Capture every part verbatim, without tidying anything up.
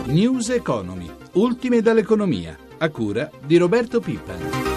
News Economy, ultime dall'economia, a cura di Roberto Pippa.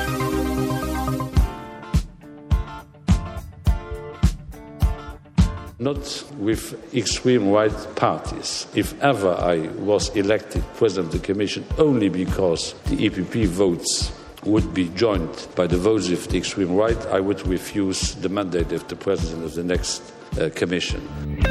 Not with extreme right parties. If ever I was elected President of the Commission only because the E P P votes would be joined by the votes of the extreme right, I would refuse the mandate of the President of the next uh, Commission.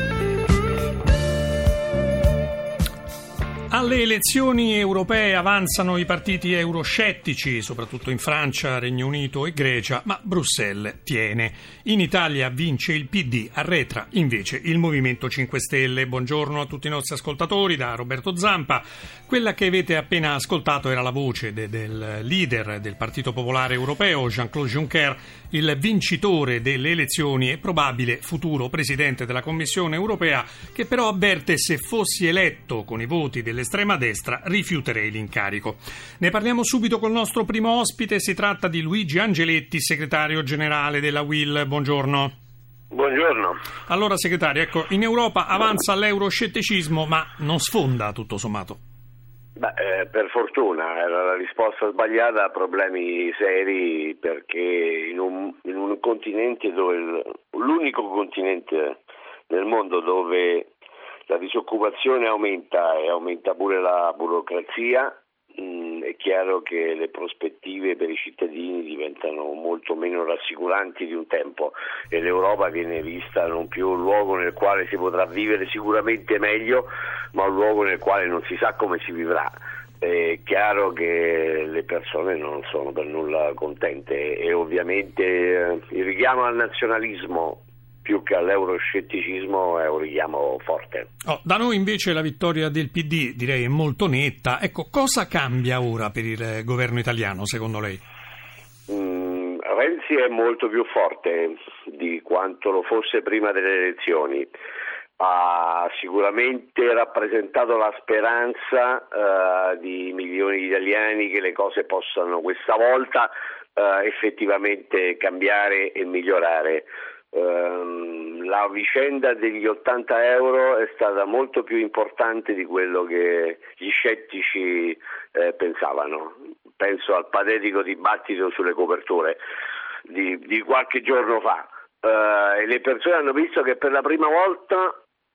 Alle elezioni europee avanzano i partiti euroscettici, soprattutto in Francia, Regno Unito e Grecia, ma Bruxelles tiene. In Italia vince il P D, arretra invece il Movimento cinque Stelle. Buongiorno a tutti i nostri ascoltatori da Roberto Zampa. Quella che avete appena ascoltato era la voce de- del leader del Partito Popolare Europeo, Jean-Claude Juncker, il vincitore delle elezioni e probabile futuro presidente della Commissione Europea, che però avverte: se fossi eletto con i voti dell'estrema destra rifiuterei l'incarico. Ne parliamo subito col nostro primo ospite, si tratta di Luigi Angeletti, segretario generale della U I L. Buongiorno. Buongiorno. Allora segretario, ecco, in Europa avanza l'euroscetticismo, ma non sfonda tutto sommato. Beh, eh, per fortuna era la risposta sbagliata a problemi seri, perché in un, in un continente dove il, l'unico continente nel mondo dove la disoccupazione aumenta e aumenta pure la burocrazia, mh, è chiaro che le prospettive per i cittadini diventano molto meno rassicuranti di un tempo, e l'Europa viene vista non più un luogo nel quale si potrà vivere sicuramente meglio, ma un luogo nel quale non si sa come si vivrà. È chiaro che le persone non sono per nulla contente, e ovviamente eh, il richiamo al nazionalismo più che all'euroscetticismo è un richiamo forte. Oh, da noi invece la vittoria del P D, direi, è molto netta. Ecco, cosa cambia ora per il governo italiano, secondo lei? Mm, Renzi è molto più forte di quanto lo fosse prima delle elezioni. Ha sicuramente rappresentato la speranza uh, di milioni di italiani che le cose possano questa volta uh, effettivamente cambiare e migliorare. Uh, la vicenda degli ottanta euro è stata molto più importante di quello che gli scettici eh, pensavano. Penso al patetico dibattito sulle coperture di, di qualche giorno fa, uh, e le persone hanno visto che per la prima volta,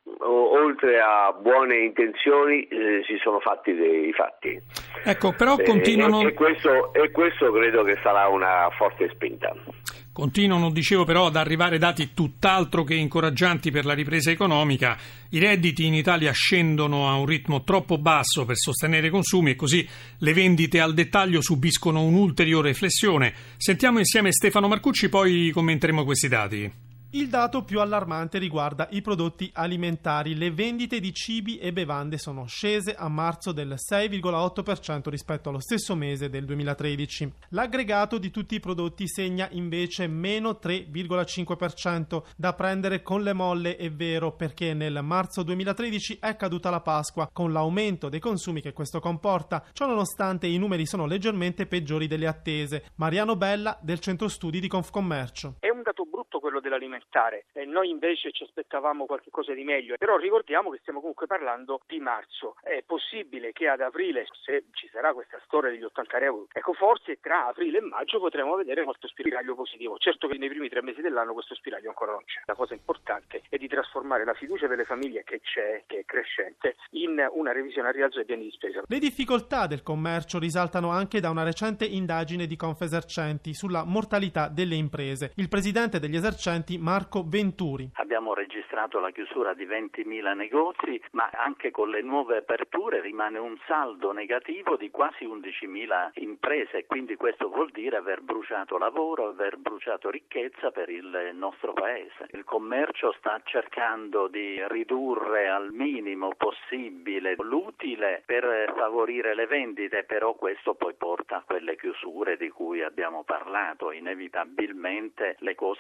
oltre a buone intenzioni, eh, si sono fatti dei fatti. Ecco, però continuano... E, e, questo, e questo credo che sarà una forte spinta. Continuano, dicevo, però, ad arrivare dati tutt'altro che incoraggianti per la ripresa economica. I redditi in Italia scendono a un ritmo troppo basso per sostenere i consumi, e così le vendite al dettaglio subiscono un'ulteriore flessione. Sentiamo insieme Stefano Marcucci, poi commenteremo questi dati. Il dato più allarmante riguarda i prodotti alimentari. Le vendite di cibi e bevande sono scese a marzo del sei virgola otto per cento rispetto allo stesso mese del duemilatredici. L'aggregato di tutti i prodotti segna invece meno tre virgola cinque per cento, da prendere con le molle, è vero, perché nel marzo duemilatredici è caduta la Pasqua, con l'aumento dei consumi che questo comporta. Ciò nonostante i numeri sono leggermente peggiori delle attese. Mariano Bella del Centro Studi di Confcommercio. È un dato brutto quello dell'alimentare. E noi invece ci aspettavamo qualche cosa di meglio, però ricordiamo che stiamo comunque parlando di marzo. È possibile che ad aprile, se ci sarà questa storia degli ottanta euro, ecco, forse tra aprile e maggio potremo vedere qualche spiraglio positivo. Certo che nei primi tre mesi dell'anno questo spiraglio ancora non c'è. La cosa importante è di trasformare la fiducia delle famiglie, che c'è, che è crescente, in una revisione al rialzo dei piani di spesa. Le difficoltà del commercio risaltano anche da una recente indagine di Confesercenti sulla mortalità delle imprese. Il presidente degli esercenti, Marco Venturi. Abbiamo registrato la chiusura di ventimila negozi, ma anche con le nuove aperture rimane un saldo negativo di quasi undicimila imprese, quindi questo vuol dire aver bruciato lavoro, aver bruciato ricchezza per il nostro paese. Il commercio sta cercando di ridurre al minimo possibile l'utile per favorire le vendite, però questo poi porta a quelle chiusure di cui abbiamo parlato. Inevitabilmente le cose diventano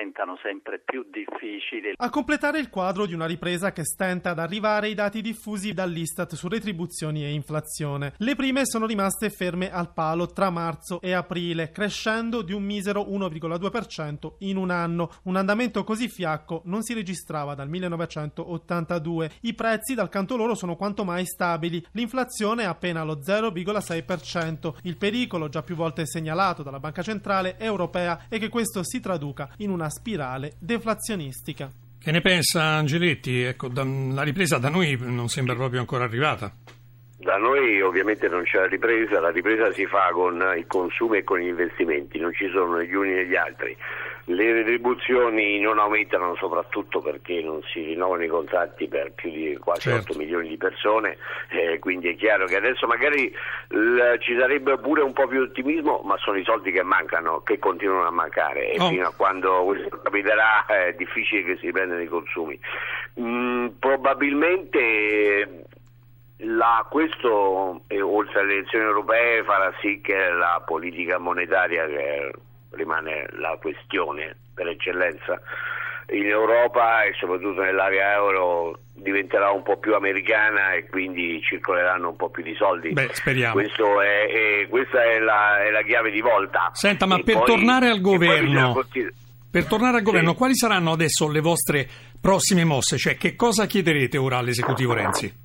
diventano sempre più difficili. A completare il quadro di una ripresa che stenta ad arrivare i dati diffusi dall'Istat su retribuzioni e inflazione. Le prime sono rimaste ferme al palo tra marzo e aprile, crescendo di un misero uno virgola due per cento in un anno. Un andamento così fiacco non si registrava dal millenovecentottantadue. I prezzi dal canto loro sono quanto mai stabili, l'inflazione è appena lo zero virgola sei per cento. Il pericolo, già più volte segnalato dalla Banca Centrale Europea, è che questo si traduca in una spirale deflazionistica. Che ne pensa Angeletti? Ecco, da, la ripresa da noi non sembra proprio ancora arrivata. Da noi ovviamente non c'è la ripresa, la ripresa si fa con i consumi e con gli investimenti, non ci sono né gli uni né gli altri. Le retribuzioni non aumentano soprattutto perché non si rinnovano i contratti per più di quasi certo. otto milioni di persone, eh, quindi è chiaro che adesso magari l- ci sarebbe pure un po' più di ottimismo, ma sono i soldi che mancano, che continuano a mancare e oh. fino a quando questo capiterà è difficile che si riprendano i consumi. Mm, probabilmente La, questo, eh, oltre alle elezioni europee, farà sì che la politica monetaria, che rimane la questione per eccellenza in Europa e soprattutto nell'area euro, diventerà un po' più americana e quindi circoleranno un po' più di soldi. Beh, speriamo. Questo è, è, questa è la, è la chiave di volta. Senta, ma e per poi, tornare al governo, continu- per tornare al governo, sì. quali saranno adesso le vostre prossime mosse? Cioè, che cosa chiederete ora all'esecutivo Renzi?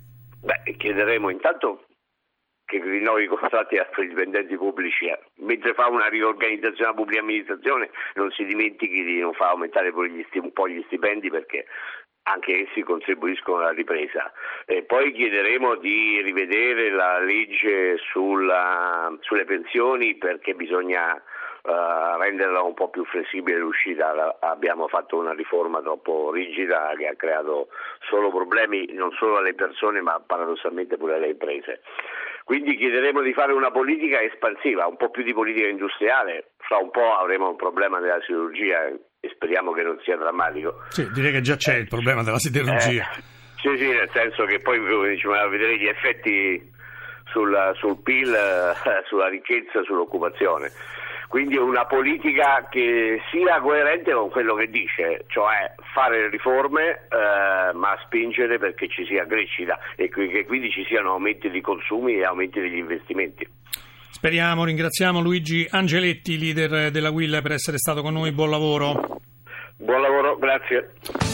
Beh, chiederemo intanto che rinnovi i contratti ai dipendenti pubblici, mentre fa una riorganizzazione della pubblica amministrazione non si dimentichi di non far aumentare poi gli sti- un po' gli stipendi, perché anche essi contribuiscono alla ripresa. E poi chiederemo di rivedere la legge sulla, sulle pensioni, perché bisogna Uh, renderla un po' più flessibile l'uscita. Abbiamo fatto una riforma troppo rigida che ha creato solo problemi non solo alle persone ma paradossalmente pure alle imprese. Quindi chiederemo di fare una politica espansiva, un po' più di politica industriale. Fra un po' avremo un problema della siderurgia e speriamo che non sia drammatico. Sì, direi che già c'è eh, il problema della siderurgia. Eh, sì, sì, nel senso che poi diciamo, a vedere gli effetti sul, sul P I L, eh, sulla ricchezza, sull'occupazione. Quindi una politica che sia coerente con quello che dice, cioè fare riforme eh, ma spingere perché ci sia crescita e che quindi ci siano aumenti di consumi e aumenti degli investimenti. Speriamo, ringraziamo Luigi Angeletti, leader della U I L, per essere stato con noi. Buon lavoro. Buon lavoro, grazie.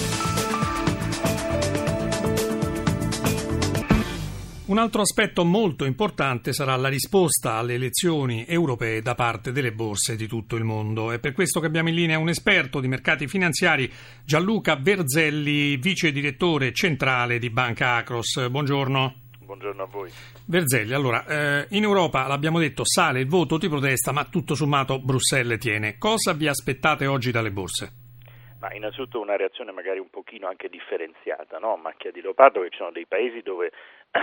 Un altro aspetto molto importante sarà la risposta alle elezioni europee da parte delle borse di tutto il mondo. È per questo che abbiamo in linea un esperto di mercati finanziari, Gianluca Verzelli, vice direttore centrale di Banca Akros. Buongiorno. Buongiorno a voi. Verzelli, allora, eh, in Europa, l'abbiamo detto, sale il voto di protesta, ma tutto sommato Bruxelles tiene. Cosa vi aspettate oggi dalle borse? Ma innanzitutto una reazione magari un pochino anche differenziata, no? Macchia di leopardo, che ci sono dei paesi dove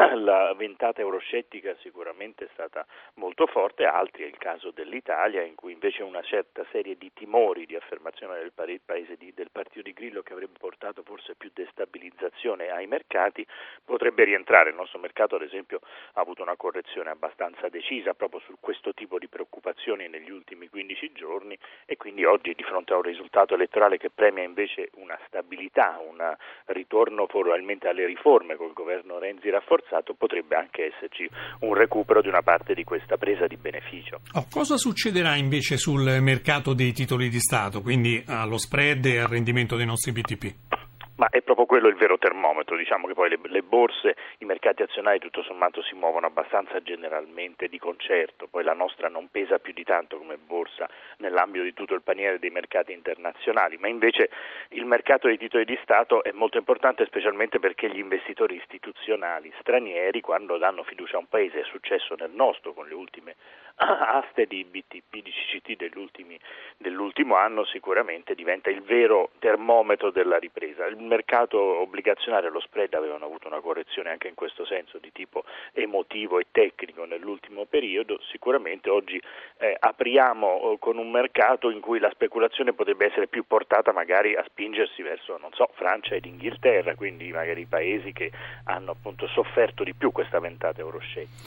la ventata euroscettica sicuramente è stata molto forte, altri è il caso dell'Italia, in cui invece una certa serie di timori di affermazione del paese di, del partito di Grillo, che avrebbe portato forse più destabilizzazione ai mercati, potrebbe rientrare. Il nostro mercato ad esempio ha avuto una correzione abbastanza decisa proprio su questo tipo di preoccupazioni negli ultimi quindici giorni e quindi oggi, di fronte a un risultato elettorale che premia invece una stabilità, un ritorno probabilmente alle riforme col governo Renzi rafforzato, potrebbe anche esserci un recupero di una parte di questa presa di beneficio. Oh, cosa succederà invece sul mercato dei titoli di Stato, quindi allo spread e al rendimento dei nostri B T P? Ma è proprio quello il vero termometro, diciamo che poi le, le borse, i mercati azionari tutto sommato si muovono abbastanza generalmente di concerto, poi la nostra non pesa più di tanto come borsa nell'ambito di tutto il paniere dei mercati internazionali, ma invece il mercato dei titoli di Stato è molto importante specialmente perché gli investitori istituzionali stranieri, quando danno fiducia a un paese, è successo nel nostro con le ultime aste di B T P, di C C T dell'ultimi, dell'ultimo anno, sicuramente diventa il vero termometro della ripresa. Il mercato obbligazionario e lo spread avevano avuto una correzione anche in questo senso di tipo emotivo e tecnico nell'ultimo periodo. Sicuramente oggi eh, apriamo eh, con un mercato in cui la speculazione potrebbe essere più portata magari a spingersi verso, non so, Francia ed Inghilterra, quindi magari i paesi che hanno appunto sofferto di più questa ventata euroscettica.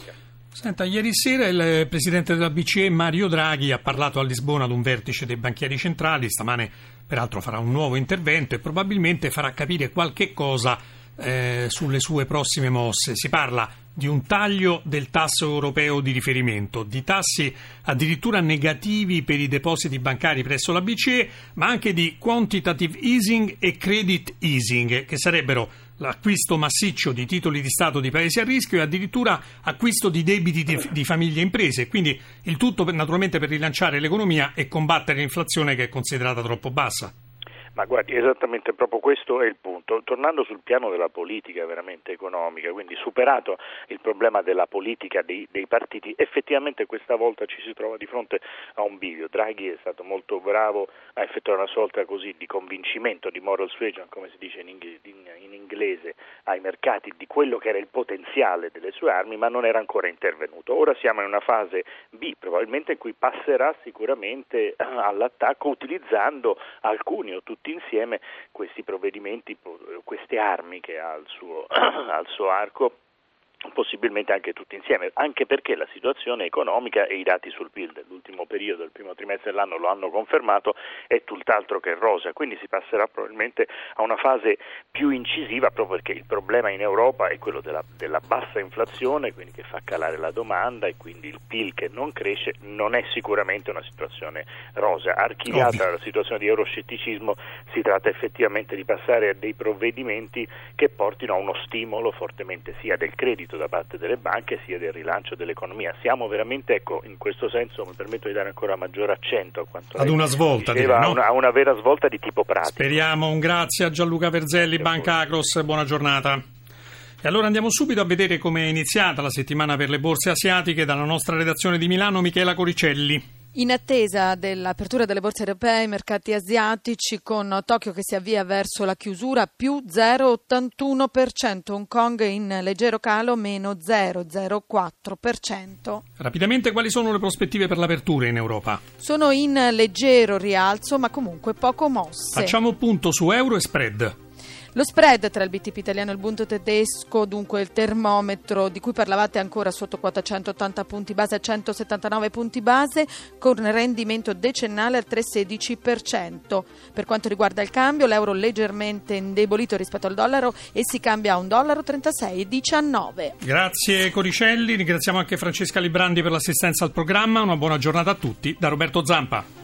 Senta, ieri sera il presidente della B C E Mario Draghi ha parlato a Lisbona ad un vertice dei banchieri centrali. Stamane peraltro farà un nuovo intervento e probabilmente farà capire qualche cosa eh, sulle sue prossime mosse. Si parla di un taglio del tasso europeo di riferimento, di tassi addirittura negativi per i depositi bancari presso la B C E, ma anche di quantitative easing e credit easing, che sarebbero l'acquisto massiccio di titoli di Stato di paesi a rischio e addirittura acquisto di debiti di, di famiglie e imprese. Quindi il tutto per, naturalmente per rilanciare l'economia e combattere l'inflazione che è considerata troppo bassa. Ma guardi, esattamente proprio questo è il punto. Tornando sul piano della politica veramente economica, quindi superato il problema della politica dei, dei partiti, effettivamente questa volta ci si trova di fronte a un bivio. Draghi è stato molto bravo a effettuare una sorta così di convincimento, di moral suasion, come si dice in, ing- in, in inglese, ai mercati di quello che era il potenziale delle sue armi, ma non era ancora intervenuto. Ora siamo in una fase B, probabilmente in cui passerà sicuramente all'attacco utilizzando alcuni o tutti insieme questi provvedimenti, queste armi che ha al suo, al suo arco, possibilmente anche tutti insieme, anche perché la situazione economica e i dati sul P I L dell'ultimo periodo, del primo trimestre dell'anno, lo hanno confermato, è tutt'altro che rosa, quindi si passerà probabilmente a una fase più incisiva, proprio perché il problema in Europa è quello della, della bassa inflazione, quindi che fa calare la domanda, e quindi il P I L che non cresce. Non è sicuramente una situazione rosa. Archiviata Ovvio. La situazione di euroscetticismo, si tratta effettivamente di passare a dei provvedimenti che portino a uno stimolo fortemente sia del credito da parte delle banche sia del rilancio dell'economia. Siamo veramente, ecco, in questo senso mi permetto di dare ancora maggiore accento a quanto ad una svolta, diceva, direi, no? a, una, a una vera svolta di tipo pratico. Speriamo. Un grazie a Gianluca Verzelli, Banca Akros, buona giornata. E allora andiamo subito a vedere come è iniziata la settimana per le borse asiatiche dalla nostra redazione di Milano, Michela Coricelli. In attesa dell'apertura delle borse europee, i mercati asiatici, con Tokyo che si avvia verso la chiusura, più zero virgola ottantuno per cento, Hong Kong in leggero calo, meno zero virgola zero quattro per cento. Rapidamente, quali sono le prospettive per l'apertura in Europa? Sono in leggero rialzo, ma comunque poco mosse. Facciamo punto su euro e spread. Lo spread tra il B T P italiano e il Bund tedesco, dunque il termometro di cui parlavate, ancora sotto quota centottanta punti base a centosettantanove punti base, con rendimento decennale al tre virgola sedici per cento. Per quanto riguarda il cambio, l'euro leggermente indebolito rispetto al dollaro e si cambia a un dollaro trentasei virgola diciannove. Grazie Coricelli, ringraziamo anche Francesca Librandi per l'assistenza al programma. Una buona giornata a tutti da Roberto Zampa.